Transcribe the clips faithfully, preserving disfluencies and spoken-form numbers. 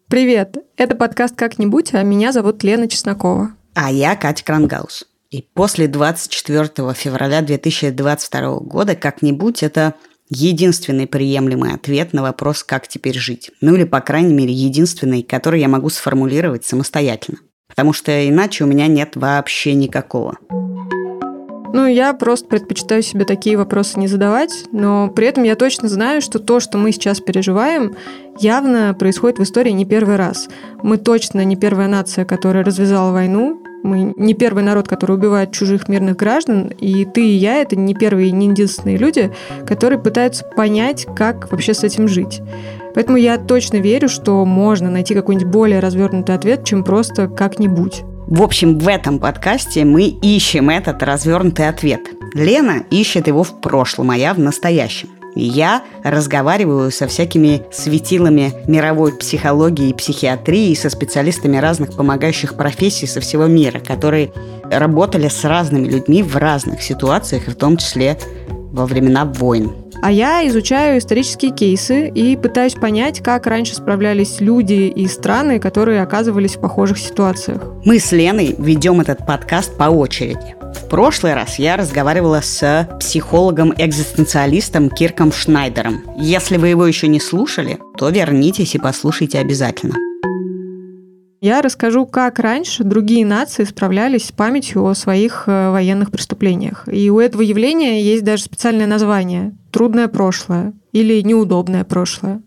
Привет, это подкаст «Как-нибудь», а меня зовут Лена Чеснокова. А я Катя Крангаус. И после двадцать четвёртого февраля две тысячи двадцать второго года «Как-нибудь» — это единственный приемлемый ответ на вопрос, как теперь жить. Ну или, по крайней мере, единственный, который я могу сформулировать самостоятельно. Потому что иначе у меня нет вообще никакого. Ну, я просто предпочитаю себе такие вопросы не задавать, но при этом я точно знаю, что то, что мы сейчас переживаем, явно происходит в истории не первый раз. Мы точно не первая нация, которая развязала войну, мы не первый народ, который убивает чужих мирных граждан, и ты и я — это не первые и не единственные люди, которые пытаются понять, как вообще с этим жить. Поэтому я точно верю, что можно найти какой-нибудь более развернутый ответ, чем просто «как-нибудь». В общем, в этом подкасте мы ищем этот развернутый ответ. Лена ищет его в прошлом, а я в настоящем. И я разговариваю со всякими светилами мировой психологии и психиатрии, со специалистами разных помогающих профессий со всего мира, которые работали с разными людьми в разных ситуациях, в том числе во времена войн. А я изучаю исторические кейсы и пытаюсь понять, как раньше справлялись люди и страны, которые оказывались в похожих ситуациях. Мы с Леной ведем этот подкаст по очереди. В прошлый раз я разговаривала с психологом-экзистенциалистом Кирком Шнайдером. Если вы его еще не слушали, то вернитесь и послушайте обязательно. Я расскажу, как раньше другие нации справлялись с памятью о своих военных преступлениях. И у этого явления есть даже специальное название – трудное прошлое или неудобное прошлое.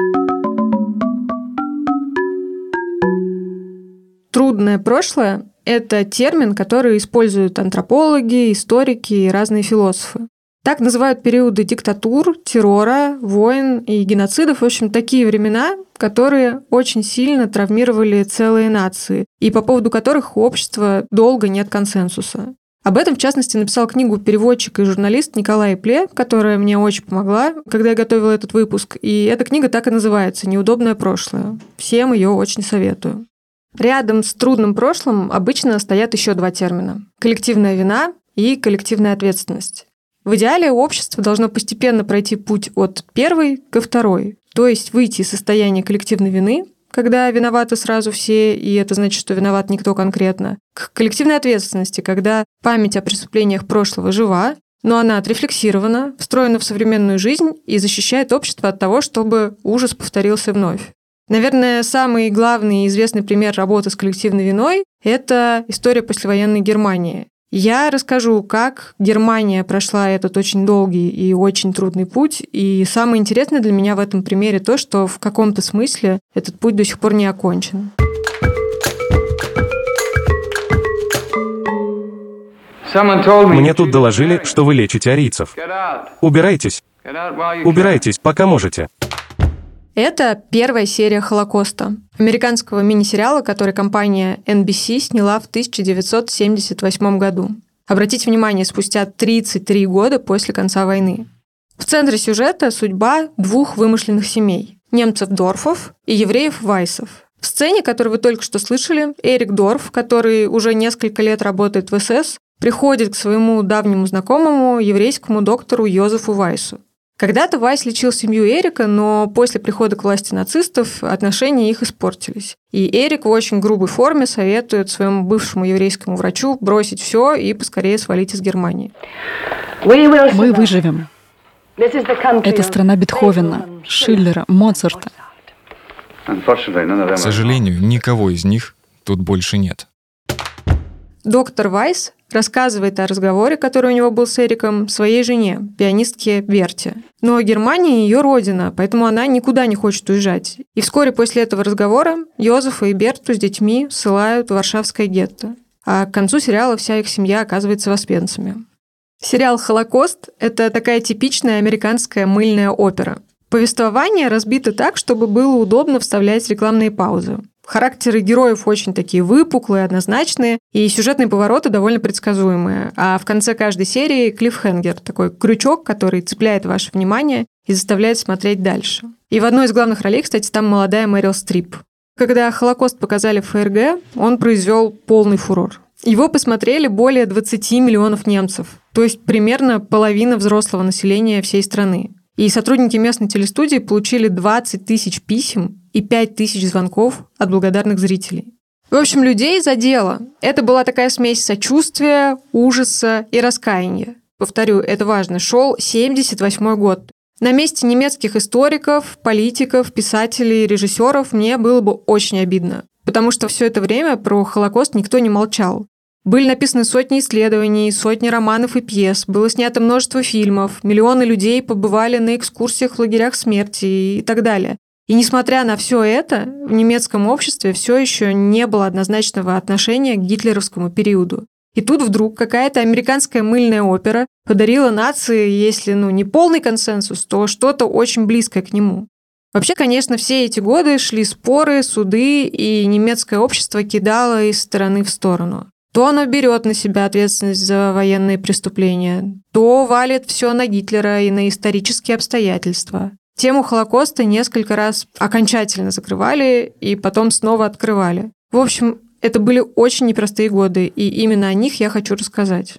Трудное прошлое – это термин, который используют антропологи, историки и разные философы. Так называют периоды диктатур, террора, войн и геноцидов. В общем, такие времена, которые очень сильно травмировали целые нации, и по поводу которых у общества долго нет консенсуса. Об этом, в частности, написал книгу переводчик и журналист Николай Пле, которая мне очень помогла, когда я готовила этот выпуск. И эта книга так и называется «Неудобное прошлое». Всем ее очень советую. Рядом с трудным прошлым обычно стоят еще два термина – коллективная вина и коллективная ответственность. В идеале общество должно постепенно пройти путь от первой ко второй, то есть выйти из состояния коллективной вины, когда виноваты сразу все, и это значит, что виноват никто конкретно, к коллективной ответственности, когда память о преступлениях прошлого жива, но она отрефлексирована, встроена в современную жизнь и защищает общество от того, чтобы ужас повторился вновь. Наверное, самый главный и известный пример работы с коллективной виной – это история послевоенной Германии. Я расскажу, как Германия прошла этот очень долгий и очень трудный путь, и самое интересное для меня в этом примере то, что в каком-то смысле этот путь до сих пор не окончен. Мне тут доложили, что вы лечите арийцев. Убирайтесь. Убирайтесь, пока можете. Это первая серия «Холокоста» американского мини-сериала, который компания эн би си сняла в тысяча девятьсот семьдесят восьмом году. Обратите внимание, спустя тридцать три года после конца войны. В центре сюжета судьба двух вымышленных семей – немцев-дорфов и евреев-вайсов. В сцене, которую вы только что слышали, Эрик Дорф, который уже несколько лет работает в эс эс, приходит к своему давнему знакомому, еврейскому доктору Йозефу Вайсу. Когда-то Вайс лечил семью Эрика, но после прихода к власти нацистов отношения их испортились. И Эрик в очень грубой форме советует своему бывшему еврейскому врачу бросить все и поскорее свалить из Германии. Мы выживем. Это страна Бетховена, Шиллера, Моцарта. К сожалению, никого из них тут больше нет. Доктор Вайс рассказывает о разговоре, который у него был с Эриком, своей жене, пианистке Берте. Но Германия ее родина, поэтому она никуда не хочет уезжать. И вскоре после этого разговора Йозефа и Берту с детьми ссылают в Варшавское гетто. А к концу сериала вся их семья оказывается воспенцами. Сериал «Холокост» — это такая типичная американская мыльная опера. Повествование разбито так, чтобы было удобно вставлять рекламные паузы. Характеры героев очень такие выпуклые, однозначные, и сюжетные повороты довольно предсказуемые. А в конце каждой серии клиффхенгер, такой крючок, который цепляет ваше внимание и заставляет смотреть дальше. И в одной из главных ролей, кстати, там молодая Мэрил Стрип. Когда «Холокост» показали в эф эр гэ, он произвел полный фурор. Его посмотрели более двадцати миллионов немцев, то есть примерно половина взрослого населения всей страны. И сотрудники местной телестудии получили двадцать тысяч писем и пять тысяч звонков от благодарных зрителей. В общем, людей задело. Это была такая смесь сочувствия, ужаса и раскаяния. Повторю, это важно. Шел семьдесят восьмой год. На месте немецких историков, политиков, писателей, режиссеров мне было бы очень обидно, потому что все это время про Холокост никто не молчал. Были написаны сотни исследований, сотни романов и пьес, было снято множество фильмов, миллионы людей побывали на экскурсиях в лагерях смерти и так далее. И несмотря на все это, в немецком обществе все еще не было однозначного отношения к гитлеровскому периоду. И тут вдруг какая-то американская мыльная опера подарила нации, если ну, не полный консенсус, то что-то очень близкое к нему. Вообще, конечно, все эти годы шли споры, суды, и немецкое общество кидало из стороны в сторону. То оно берет на себя ответственность за военные преступления, то валит все на Гитлера и на исторические обстоятельства. Тему Холокоста несколько раз окончательно закрывали и потом снова открывали. В общем, это были очень непростые годы, и именно о них я хочу рассказать.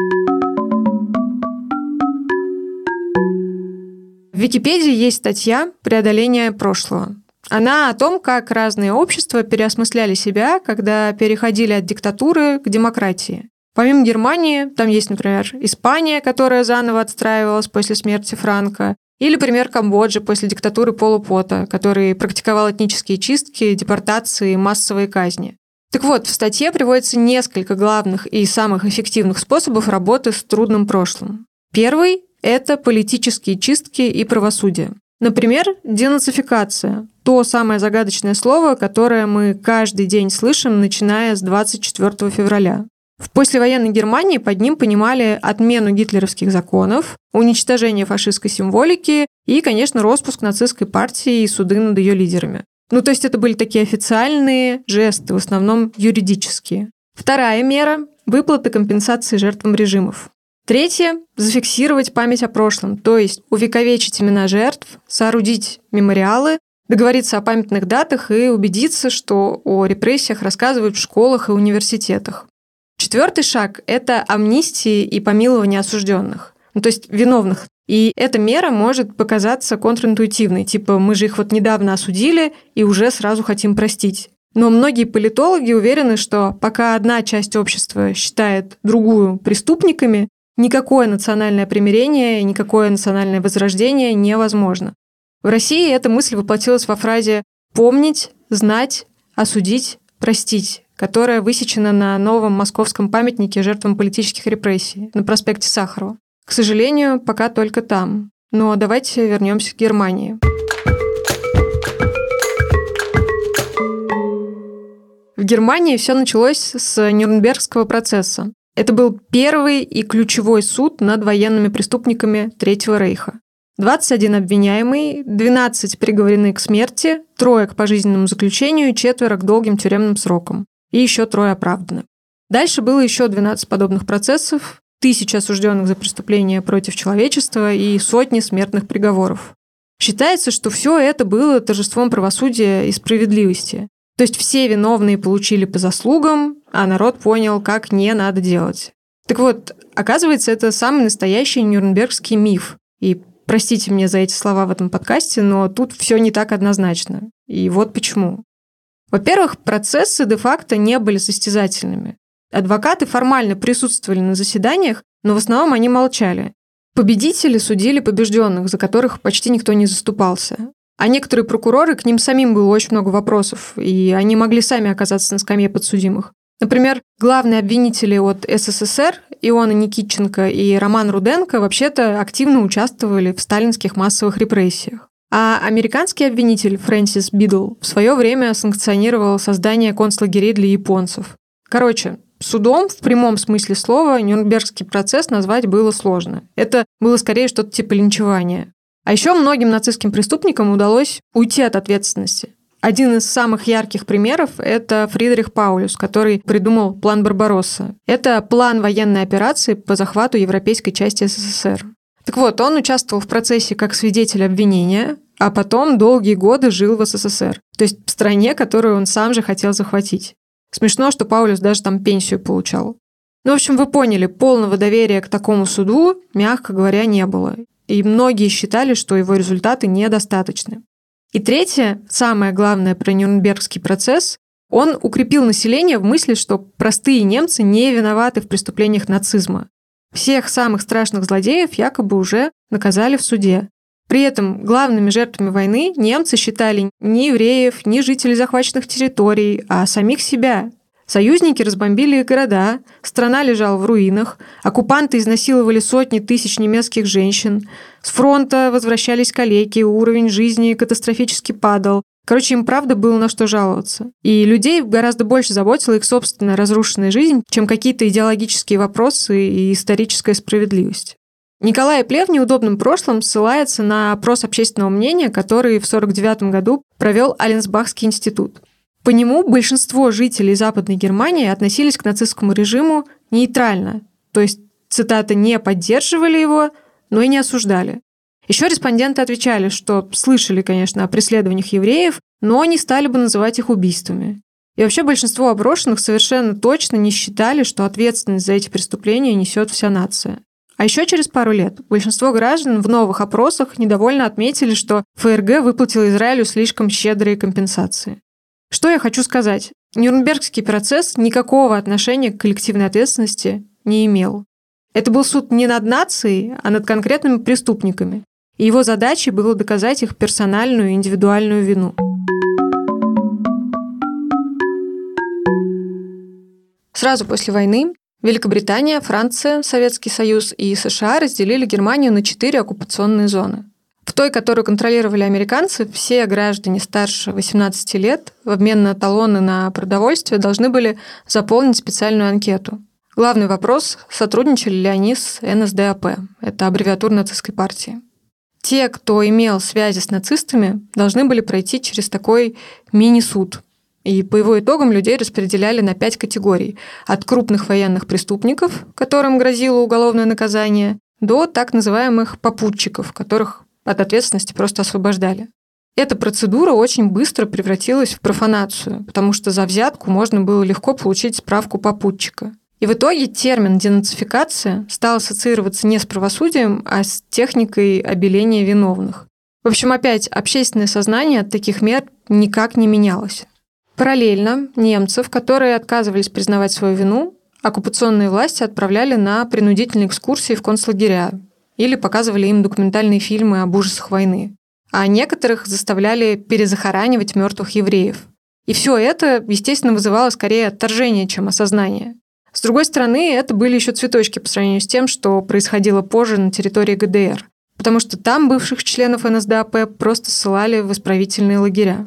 В Википедии есть статья «Преодоление прошлого». Она о том, как разные общества переосмысляли себя, когда переходили от диктатуры к демократии. Помимо Германии, там есть, например, Испания, которая заново отстраивалась после смерти Франко, или, например, Камбоджа после диктатуры Пола Пота, который практиковал этнические чистки, депортации и массовые казни. Так вот, в статье приводится несколько главных и самых эффективных способов работы с трудным прошлым. Первый – это политические чистки и правосудие. Например, денацификация – то самое загадочное слово, которое мы каждый день слышим, начиная с двадцать четвёртого февраля. В послевоенной Германии под ним понимали отмену гитлеровских законов, уничтожение фашистской символики и, конечно, распуск нацистской партии и суды над ее лидерами. Ну, то есть это были такие официальные жесты, в основном юридические. Вторая мера – выплаты компенсации жертвам режимов. Третье – зафиксировать память о прошлом, то есть увековечить имена жертв, соорудить мемориалы, договориться о памятных датах и убедиться, что о репрессиях рассказывают в школах и университетах. Четвертый шаг – это амнистии и помилование осужденных, ну, то есть виновных. И эта мера может показаться контринтуитивной, типа мы же их вот недавно осудили и уже сразу хотим простить. Но многие политологи уверены, что пока одна часть общества считает другую преступниками, никакое национальное примирение и никакое национальное возрождение невозможно. В России эта мысль воплотилась во фразе «помнить, знать, осудить, простить», которая высечена на новом московском памятнике жертвам политических репрессий на проспекте Сахарова. К сожалению, пока только там. Но давайте вернемся к Германии. В Германии все началось с Нюрнбергского процесса. Это был первый и ключевой суд над военными преступниками Третьего рейха. двадцать один обвиняемый, двенадцать приговорены к смерти, трое к пожизненному заключению и четверо к долгим тюремным срокам. И еще трое оправданы. Дальше было еще двенадцать подобных процессов, тысячи осужденных за преступления против человечества и сотни смертных приговоров. Считается, что все это было торжеством правосудия и справедливости. То есть все виновные получили по заслугам, а народ понял, как не надо делать. Так вот, оказывается, это самый настоящий нюрнбергский миф. И простите мне за эти слова в этом подкасте, но тут все не так однозначно. И вот почему. Во-первых, процессы де-факто не были состязательными. Адвокаты формально присутствовали на заседаниях, но в основном они молчали. Победители судили побежденных, за которых почти никто не заступался. А некоторые прокуроры, к ним самим было очень много вопросов, и они могли сами оказаться на скамье подсудимых. Например, главные обвинители от СССР, Иона Никитченко и Роман Руденко, вообще-то активно участвовали в сталинских массовых репрессиях. А американский обвинитель Фрэнсис Бидл в свое время санкционировал создание концлагерей для японцев. Короче, судом в прямом смысле слова Нюрнбергский процесс назвать было сложно. Это было скорее что-то типа линчевания. А еще многим нацистским преступникам удалось уйти от ответственности. Один из самых ярких примеров – это Фридрих Паулюс, который придумал план Барбаросса. Это план военной операции по захвату европейской части СССР. Так вот, он участвовал в процессе как свидетель обвинения, а потом долгие годы жил в СССР, то есть в стране, которую он сам же хотел захватить. Смешно, что Паулюс даже там пенсию получал. Ну, в общем, вы поняли, полного доверия к такому суду, мягко говоря, не было. и многие считали, что его результаты недостаточны. И третье, самое главное про Нюрнбергский процесс, он укрепил население в мысли, что простые немцы не виноваты в преступлениях нацизма. Всех самых страшных злодеев якобы уже наказали в суде. При этом главными жертвами войны немцы считали не евреев, не жителей захваченных территорий, а самих себя. Союзники разбомбили их города, страна лежала в руинах, оккупанты изнасиловали сотни тысяч немецких женщин, с фронта возвращались калеки, уровень жизни катастрофически падал. Короче, им правда было на что жаловаться. И людей гораздо больше заботила их собственная разрушенная жизнь, чем какие-то идеологические вопросы и историческая справедливость. Николай Плев в «Неудобном прошлом» ссылается на опрос общественного мнения, который в сорок девятом году провел Аленсбахский институт. По нему большинство жителей Западной Германии относились к нацистскому режиму нейтрально, то есть, цитата, «не поддерживали его, но и не осуждали». Еще респонденты отвечали, что слышали, конечно, о преследованиях евреев, но не стали бы называть их убийствами. И вообще большинство опрошенных совершенно точно не считали, что ответственность за эти преступления несет вся нация. А еще через пару лет большинство граждан в новых опросах недовольно отметили, что ФРГ выплатила Израилю слишком щедрые компенсации. Что я хочу сказать? Нюрнбергский процесс никакого отношения к коллективной ответственности не имел. Это был суд не над нацией, а над конкретными преступниками. И его задачей было доказать их персональную и индивидуальную вину. Сразу после войны Великобритания, Франция, Советский Союз и США разделили Германию на четыре оккупационные зоны. В той, которую контролировали американцы, все граждане старше восемнадцати лет в обмен на талоны на продовольствие должны были заполнить специальную анкету. Главный вопрос – сотрудничали ли они с эн эс дэ а пэ, это аббревиатура нацистской партии. Те, кто имел связи с нацистами, должны были пройти через такой мини-суд. И по его итогам людей распределяли на пять категорий. От крупных военных преступников, которым грозило уголовное наказание, до так называемых попутчиков, которых от ответственности просто освобождали. Эта процедура очень быстро превратилась в профанацию, потому что за взятку можно было легко получить справку попутчика. И в итоге термин «денацификация» стал ассоциироваться не с правосудием, а с техникой обеления виновных. В общем, опять, общественное сознание от таких мер никак не менялось. Параллельно немцев, которые отказывались признавать свою вину, оккупационные власти отправляли на принудительные экскурсии в концлагеря или показывали им документальные фильмы об ужасах войны. А некоторых заставляли перезахоранивать мертвых евреев. И все это, естественно, вызывало скорее отторжение, чем осознание. С другой стороны, это были еще цветочки по сравнению с тем, что происходило позже на территории гэ дэ эр, потому что там бывших членов эн эс дэ а пэ просто ссылали в исправительные лагеря.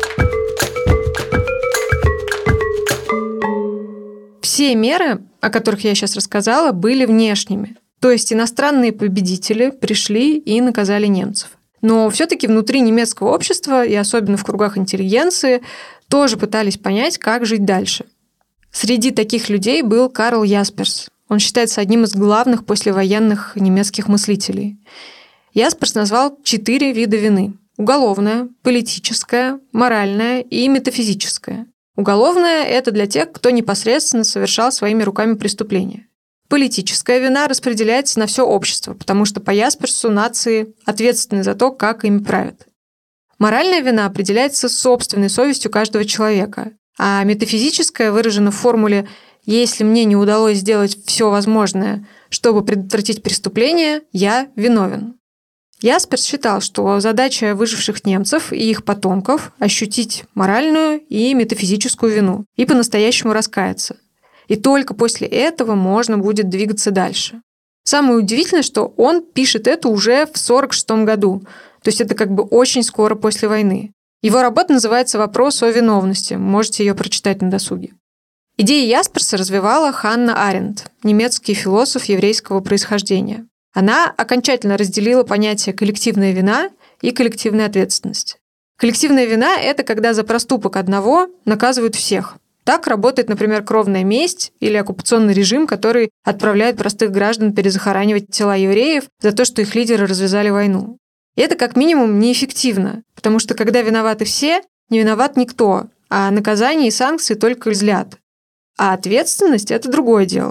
Все меры, о которых я сейчас рассказала, были внешними. То есть иностранные победители пришли и наказали немцев. Но все-таки внутри немецкого общества, и особенно в кругах интеллигенции, тоже пытались понять, как жить дальше. Среди таких людей был Карл Ясперс. Он считается одним из главных послевоенных немецких мыслителей. Ясперс назвал четыре вида вины. Уголовная, политическая, моральная и метафизическая. Уголовная – это для тех, кто непосредственно совершал своими руками преступления. Политическая вина распределяется на все общество, потому что по Ясперсу нации ответственны за то, как ими правят. Моральная вина определяется собственной совестью каждого человека, а метафизическая выражена в формуле «если мне не удалось сделать все возможное, чтобы предотвратить преступление, я виновен». Ясперс считал, что задача выживших немцев и их потомков – ощутить моральную и метафизическую вину и по-настоящему раскаяться. И только после этого можно будет двигаться дальше. Самое удивительное, что он пишет это уже в сорок шестом году, то есть это как бы очень скоро после войны. Его работа называется «Вопрос о виновности», можете ее прочитать на досуге. Идеи Ясперса развивала Ханна Аренд, немецкий философ еврейского происхождения. Она окончательно разделила понятие «коллективная вина» и «коллективная ответственность». Коллективная вина – это когда за проступок одного наказывают всех. Так работает, например, кровная месть или оккупационный режим, который отправляет простых граждан перезахоранивать тела евреев за то, что их лидеры развязали войну. И это как минимум неэффективно, потому что когда виноваты все, не виноват никто, а наказания и санкции только злят. А ответственность – это другое дело.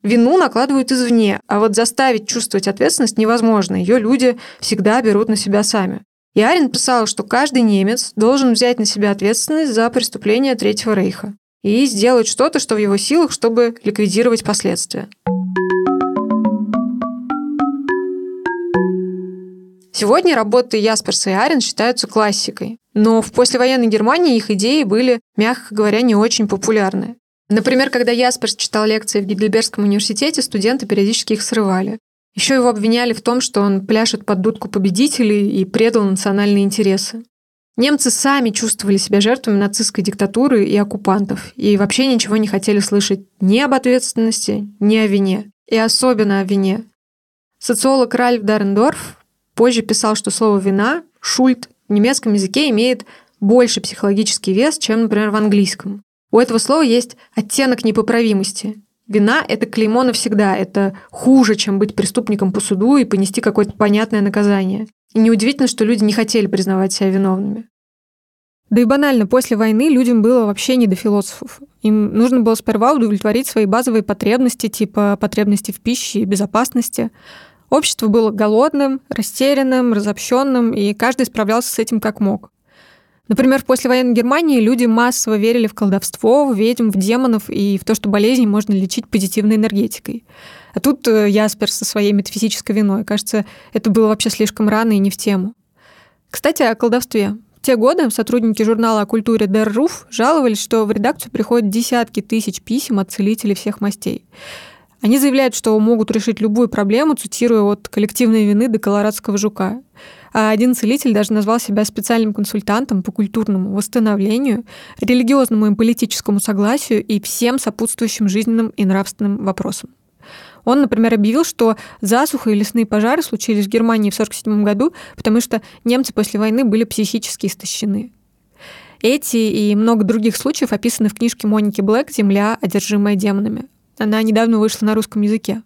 Вину накладывают извне, а вот заставить чувствовать ответственность невозможно. Ее люди всегда берут на себя сами. И Аренд писал, что каждый немец должен взять на себя ответственность за преступления Третьего рейха и сделать что-то, что в его силах, чтобы ликвидировать последствия. Сегодня работы Ясперса и Аренд считаются классикой, но в послевоенной Германии их идеи были, мягко говоря, не очень популярны. Например, когда Ясперс читал лекции в Гейдельбергском университете, студенты периодически их срывали. Еще его обвиняли в том, что он пляшет под дудку победителей и предал национальные интересы. Немцы сами чувствовали себя жертвами нацистской диктатуры и оккупантов, и вообще ничего не хотели слышать ни об ответственности, ни о вине, и особенно о вине. Социолог Ральф Дарендорф позже писал, что слово «вина», «шульд» в немецком языке имеет больше психологический вес, чем, например, в английском. У этого слова есть оттенок непоправимости. Вина – это клеймо навсегда, это хуже, чем быть преступником по суду и понести какое-то понятное наказание. И неудивительно, что люди не хотели признавать себя виновными. Да и банально, после войны людям было вообще не до философов. Им нужно было сперва удовлетворить свои базовые потребности, типа потребности в пище и безопасности. Общество было голодным, растерянным, разобщенным, и каждый справлялся с этим как мог. Например, в послевоенной Германии люди массово верили в колдовство, в ведьм, в демонов и в то, что болезни можно лечить позитивной энергетикой. А тут Ясперс со своей метафизической виной. Кажется, это было вообще слишком рано и не в тему. Кстати, о колдовстве. В те годы сотрудники журнала о культуре Der Ruf жаловались, что в редакцию приходят десятки тысяч писем от целителей всех мастей. Они заявляют, что могут решить любую проблему, цитируя от коллективной вины до колорадского жука. А один целитель даже назвал себя специальным консультантом по культурному восстановлению, религиозному и политическому согласию и всем сопутствующим жизненным и нравственным вопросам. Он, например, объявил, что засуха и лесные пожары случились в Германии в сорок седьмом году, потому что немцы после войны были психически истощены. Эти и много других случаев описаны в книжке Моники Блэк «Земля, одержимая демонами». Она недавно вышла на русском языке.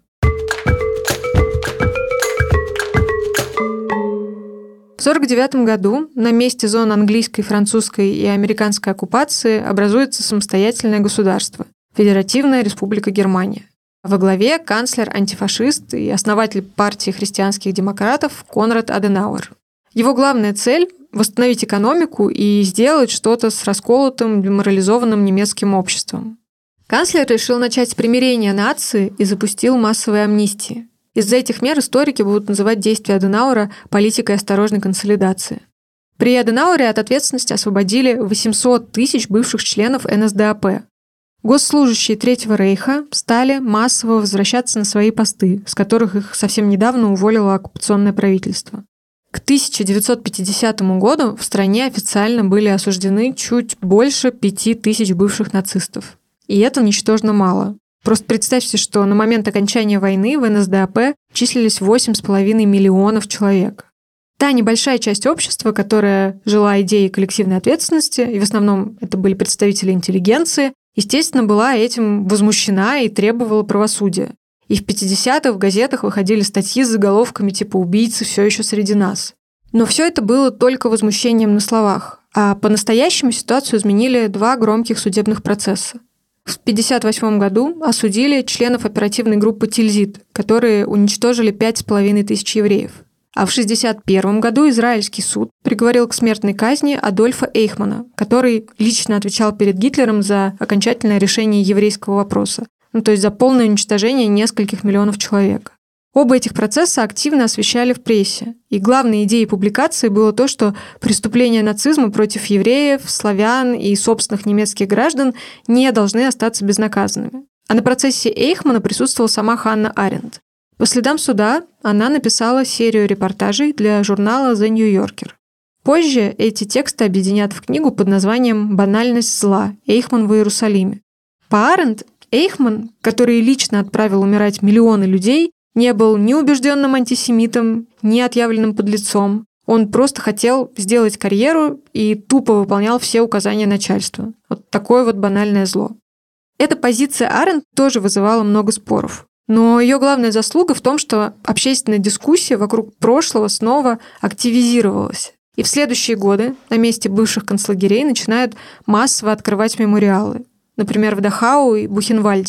В сорок девятом году на месте зон английской, французской и американской оккупации образуется самостоятельное государство – Федеративная Республика Германия. Во главе канцлер-антифашист и основатель партии христианских демократов Конрад Аденауэр. Его главная цель – восстановить экономику и сделать что-то с расколотым, деморализованным немецким обществом. Канцлер решил начать с примирения нации и запустил массовые амнистии. Из-за этих мер историки будут называть действия Аденауэра политикой осторожной консолидации. При Аденауэре от ответственности освободили восемьсот тысяч бывших членов эн эс дэ а пэ. Госслужащие Третьего рейха стали массово возвращаться на свои посты, с которых их совсем недавно уволило оккупационное правительство. К тысяча девятьсот пятидесятому году в стране официально были осуждены чуть больше пяти тысяч бывших нацистов. И это ничтожно мало. Просто представьте, что на момент окончания войны в эн эс дэ а пэ числились восемь с половиной миллионов человек. Та небольшая часть общества, которая жила идеей коллективной ответственности, и в основном это были представители интеллигенции, естественно, была этим возмущена и требовала правосудия. И в пятидесятых в газетах выходили статьи с заголовками типа «Убийцы все еще среди нас». Но все это было только возмущением на словах, а по-настоящему ситуацию изменили два громких судебных процесса. В пятьдесят восьмом году осудили членов оперативной группы Тильзит, которые уничтожили пять с половиной тысяч евреев. А в шестьдесят первом году израильский суд приговорил к смертной казни Адольфа Эйхмана, который лично отвечал перед Гитлером за окончательное решение еврейского вопроса, ну, то есть за полное уничтожение нескольких миллионов человек. Оба этих процесса активно освещали в прессе. И главной идеей публикации было то, что преступления нацизма против евреев, славян и собственных немецких граждан не должны остаться безнаказанными. А на процессе Эйхмана присутствовала сама Ханна Аренд. По следам суда она написала серию репортажей для журнала The New Yorker. Позже эти тексты объединят в книгу под названием «Банальность зла. Эйхман в Иерусалиме». По Аренд, Эйхман, который лично отправил умирать миллионы людей, не был ни убежденным антисемитом, ни отъявленным подлецом. Он просто хотел сделать карьеру и тупо выполнял все указания начальства. Вот такое вот банальное зло. Эта позиция Аренд тоже вызывала много споров. Но ее главная заслуга в том, что общественная дискуссия вокруг прошлого снова активизировалась. И в следующие годы на месте бывших концлагерей начинают массово открывать мемориалы. Например, в Дахау и Бухенвальде.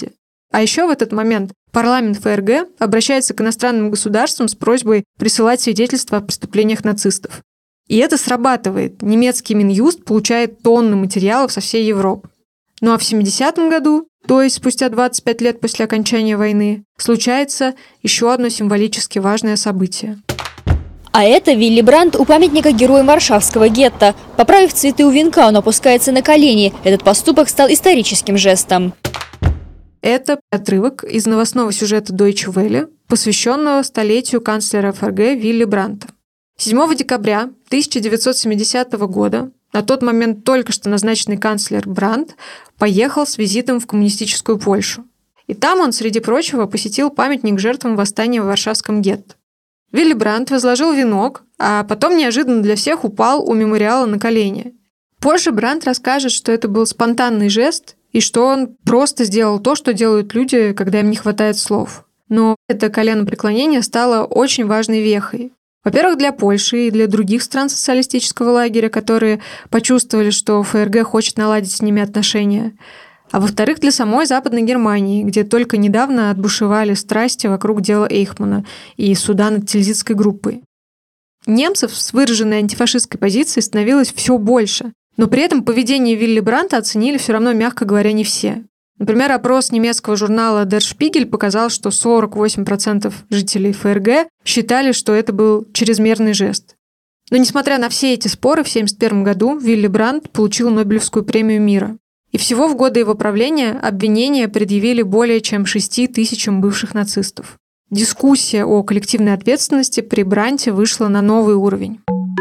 А еще в этот момент парламент ФРГ обращается к иностранным государствам с просьбой присылать свидетельства о преступлениях нацистов. И это срабатывает. Немецкий Минюст получает тонны материалов со всей Европы. Ну а в семидесятом году, то есть спустя двадцать пять лет после окончания войны, случается еще одно символически важное событие. А это Вилли Брандт у памятника героям Варшавского гетто. Поправив цветы у венка, он опускается на колени. Этот поступок стал историческим жестом. Это отрывок из новостного сюжета Deutsche Welle, посвященного столетию канцлера ФРГ Вилли Брандта. седьмого декабря тысяча девятьсот семидесятого года на тот момент только что назначенный канцлер Брандт поехал с визитом в коммунистическую Польшу. И там он, среди прочего, посетил памятник жертвам восстания в Варшавском гетто. Вилли Брандт возложил венок, а потом неожиданно для всех упал у мемориала на колени. Позже Брандт расскажет, что это был спонтанный жест, и что он просто сделал то, что делают люди, когда им не хватает слов. Но это коленопреклонение стало очень важной вехой. Во-первых, для Польши и для других стран социалистического лагеря, которые почувствовали, что ФРГ хочет наладить с ними отношения. А во-вторых, для самой Западной Германии, где только недавно отбушевали страсти вокруг дела Эйхмана и суда над Тильзитской группой. Немцев с выраженной антифашистской позицией становилось все больше, но при этом поведение Вилли Брандта оценили все равно, мягко говоря, не все. Например, опрос немецкого журнала Der Spiegel показал, что сорок восемь процентов жителей ФРГ считали, что это был чрезмерный жест. Но несмотря на все эти споры, в тысяча девятьсот семьдесят первом году Вилли Брандт получил Нобелевскую премию мира. И всего в годы его правления обвинения предъявили более чем шести тысячам бывших нацистов. Дискуссия о коллективной ответственности при Брандте вышла на новый уровень.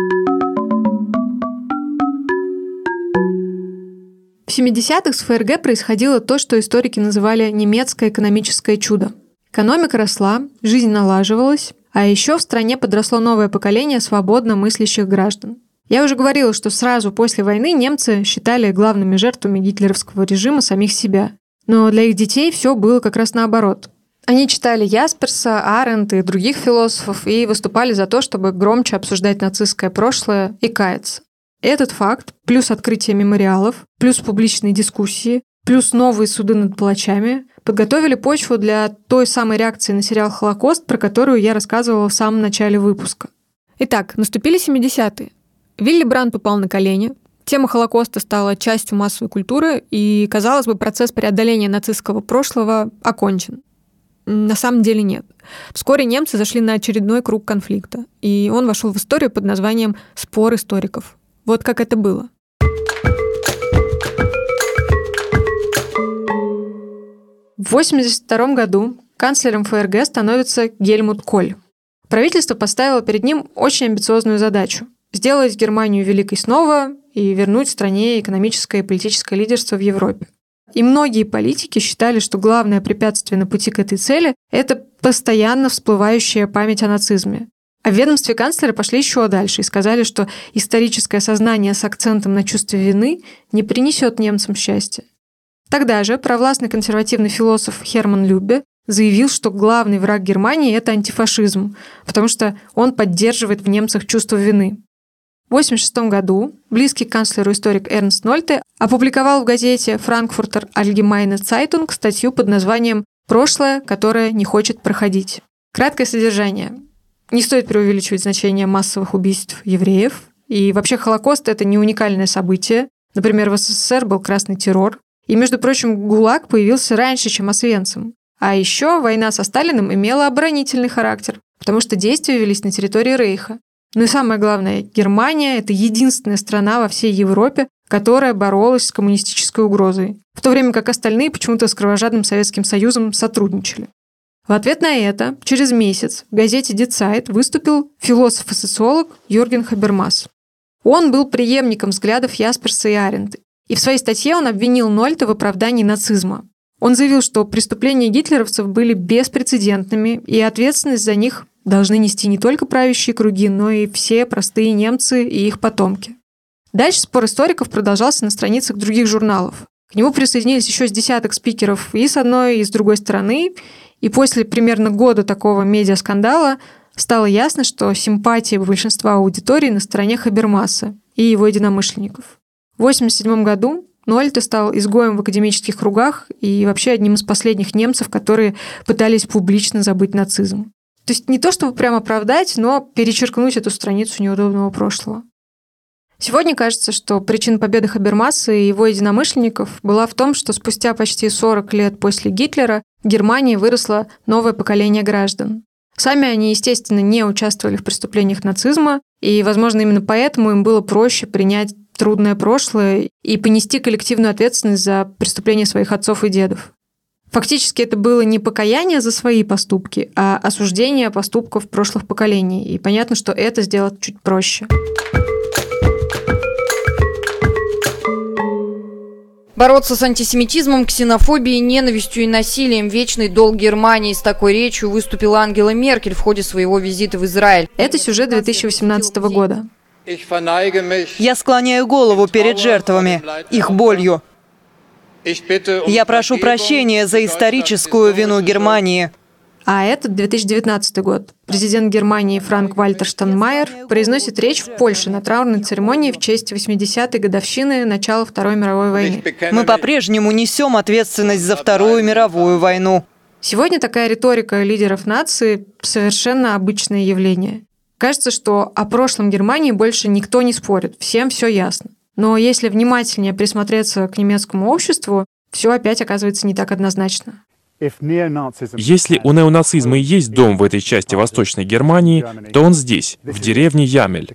В семидесятых с ФРГ происходило то, что историки называли немецкое экономическое чудо. Экономика росла, жизнь налаживалась, а еще в стране подросло новое поколение свободно мыслящих граждан. Я уже говорила, что сразу после войны немцы считали главными жертвами гитлеровского режима самих себя. Но для их детей все было как раз наоборот. Они читали Ясперса, Арендта и других философов и выступали за то, чтобы громче обсуждать нацистское прошлое и каяться. Этот факт, плюс открытие мемориалов, плюс публичные дискуссии, плюс новые суды над палачами подготовили почву для той самой реакции на сериал «Холокост», про которую я рассказывала в самом начале выпуска. Итак, наступили семидесятые. Вилли Брандт упал на колени, тема Холокоста стала частью массовой культуры, и, казалось бы, процесс преодоления нацистского прошлого окончен. На самом деле нет. Вскоре немцы зашли на очередной круг конфликта, и он вошел в историю под названием «Спор историков». Вот как это было. В восемьдесят втором году канцлером ФРГ становится Гельмут Коль. Правительство поставило перед ним очень амбициозную задачу – сделать Германию великой снова и вернуть стране экономическое и политическое лидерство в Европе. И многие политики считали, что главное препятствие на пути к этой цели – это постоянно всплывающая память о нацизме. А в ведомстве канцлера пошли еще дальше и сказали, что историческое сознание с акцентом на чувстве вины не принесет немцам счастья. Тогда же провластный консервативный философ Херман Люббе заявил, что главный враг Германии – это антифашизм, потому что он поддерживает в немцах чувство вины. В восемьдесят шестом году близкий к канцлеру историк Эрнст Нольте опубликовал в газете Frankfurter Allgemeine Zeitung статью под названием «Прошлое, которое не хочет проходить». Краткое содержание. Не стоит преувеличивать значение массовых убийств евреев. И вообще Холокост – это не уникальное событие. Например, в СССР был красный террор. И, между прочим, ГУЛАГ появился раньше, чем Освенцим. А еще война со Сталиным имела оборонительный характер, потому что действия велись на территории Рейха. Ну и самое главное, Германия – это единственная страна во всей Европе, которая боролась с коммунистической угрозой, в то время как остальные почему-то с кровожадным Советским Союзом сотрудничали. В ответ на это, через месяц в газете Die Zeit выступил философ и социолог Юрген Хабермас. Он был преемником взглядов Ясперса и Арендта, и в своей статье он обвинил Нольте в оправдании нацизма. Он заявил, что преступления гитлеровцев были беспрецедентными, и ответственность за них должны нести не только правящие круги, но и все простые немцы и их потомки. Дальше спор историков продолжался на страницах других журналов. К нему присоединились еще с десяток спикеров и с одной, и с другой стороны, и после примерно года такого медиаскандала стало ясно, что симпатии большинства аудитории на стороне Хабермаса и его единомышленников. В восемьдесят седьмом году Нольте стал изгоем в академических кругах и вообще одним из последних немцев, которые пытались публично забыть нацизм. То есть не то, чтобы прямо оправдать, но перечеркнуть эту страницу неудобного прошлого. Сегодня кажется, что причина победы Хабермаса и его единомышленников была в том, что спустя почти сорок лет после Гитлера в Германии выросло новое поколение граждан. Сами они, естественно, не участвовали в преступлениях нацизма, и, возможно, именно поэтому им было проще принять трудное прошлое и понести коллективную ответственность за преступления своих отцов и дедов. Фактически это было не покаяние за свои поступки, а осуждение поступков прошлых поколений. И понятно, что это сделать чуть проще. Бороться с антисемитизмом, ксенофобией, ненавистью и насилием – вечный долг Германии. С такой речью выступила Ангела Меркель в ходе своего визита в Израиль. Это сюжет две тысячи восемнадцатого года. Я склоняю голову перед жертвами, их болью. Я прошу прощения за историческую вину Германии. А это две тысячи девятнадцатый год. Президент Германии Франк-Вальтер Штайнмайер произносит речь в Польше на траурной церемонии в честь восьмидесятой годовщины начала Второй мировой войны. Мы по-прежнему несем ответственность за Вторую мировую войну. Сегодня такая риторика лидеров нации – совершенно обычное явление. Кажется, что о прошлом Германии больше никто не спорит, всем все ясно. Но если внимательнее присмотреться к немецкому обществу, все опять оказывается не так однозначно. Если у неонацизма и есть дом в этой части Восточной Германии, то он здесь, в деревне Ямель.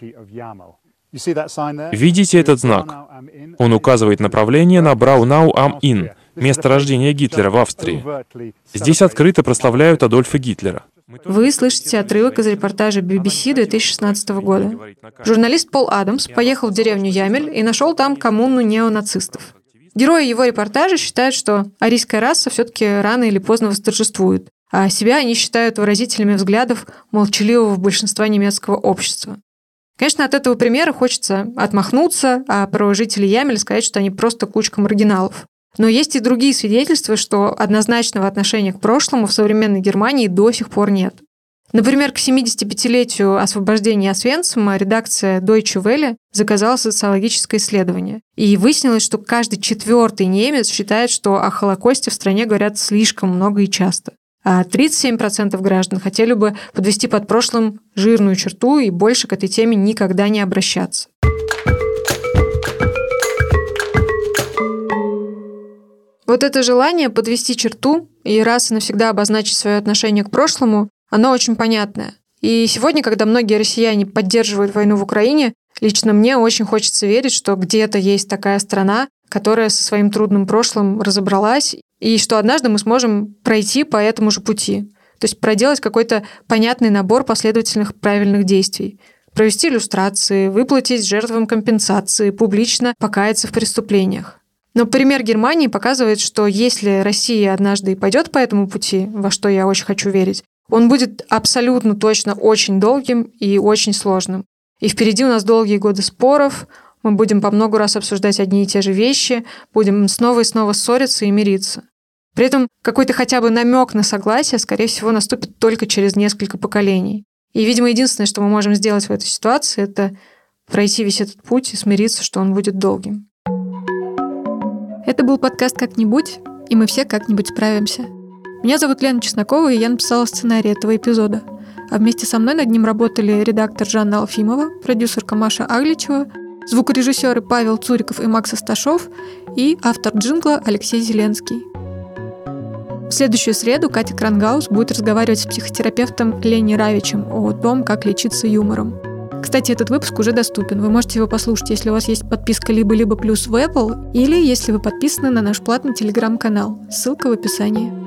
Видите этот знак? Он указывает направление на Браунау-ам-Inn, место рождения Гитлера в Австрии. Здесь открыто прославляют Адольфа Гитлера. Вы слышите отрывок из репортажа би би си две тысячи шестнадцатого года. Журналист Пол Адамс поехал в деревню Ямель и нашел там коммуну неонацистов. Герои его репортажа считают, что арийская раса все-таки рано или поздно восторжествует, а себя они считают выразителями взглядов молчаливого большинства немецкого общества. Конечно, от этого примера хочется отмахнуться, а про жителей Ямеля сказать, что они просто кучка маргиналов. Но есть и другие свидетельства, что однозначного отношения к прошлому в современной Германии до сих пор нет. Например, к семидесятипятилетию освобождения Освенцима редакция Deutsche Welle заказала социологическое исследование. И выяснилось, что каждый четвертый немец считает, что о Холокосте в стране говорят слишком много и часто. А тридцать семь процентов граждан хотели бы подвести под прошлым жирную черту и больше к этой теме никогда не обращаться. Вот это желание подвести черту и раз и навсегда обозначить свое отношение к прошлому, оно очень понятное. И сегодня, когда многие россияне поддерживают войну в Украине, лично мне очень хочется верить, что где-то есть такая страна, которая со своим трудным прошлым разобралась, и что однажды мы сможем пройти по этому же пути. То есть проделать какой-то понятный набор последовательных правильных действий. Провести иллюстрации, выплатить жертвам компенсации, публично покаяться в преступлениях. Но пример Германии показывает, что если Россия однажды и пойдет по этому пути, во что я очень хочу верить, он будет абсолютно точно очень долгим и очень сложным. И впереди у нас долгие годы споров, мы будем по много раз обсуждать одни и те же вещи, будем снова и снова ссориться и мириться. При этом какой-то хотя бы намек на согласие, скорее всего, наступит только через несколько поколений. И, видимо, единственное, что мы можем сделать в этой ситуации, это пройти весь этот путь и смириться, что он будет долгим. Это был подкаст «Как-нибудь», и мы все как-нибудь справимся. Меня зовут Лена Чеснокова, и я написала сценарий этого эпизода. А вместе со мной над ним работали редактор Жанна Алфимова, продюсерка Маша Агличева, звукорежиссеры Павел Цуриков и Макс Асташов и автор джингла Алексей Зеленский. В следующую среду Катя Крангаус будет разговаривать с психотерапевтом Леней Равичем о том, как лечиться юмором. Кстати, этот выпуск уже доступен. Вы можете его послушать, если у вас есть подписка либо-либо плюс в Apple, или если вы подписаны на наш платный телеграм-канал. Ссылка в описании.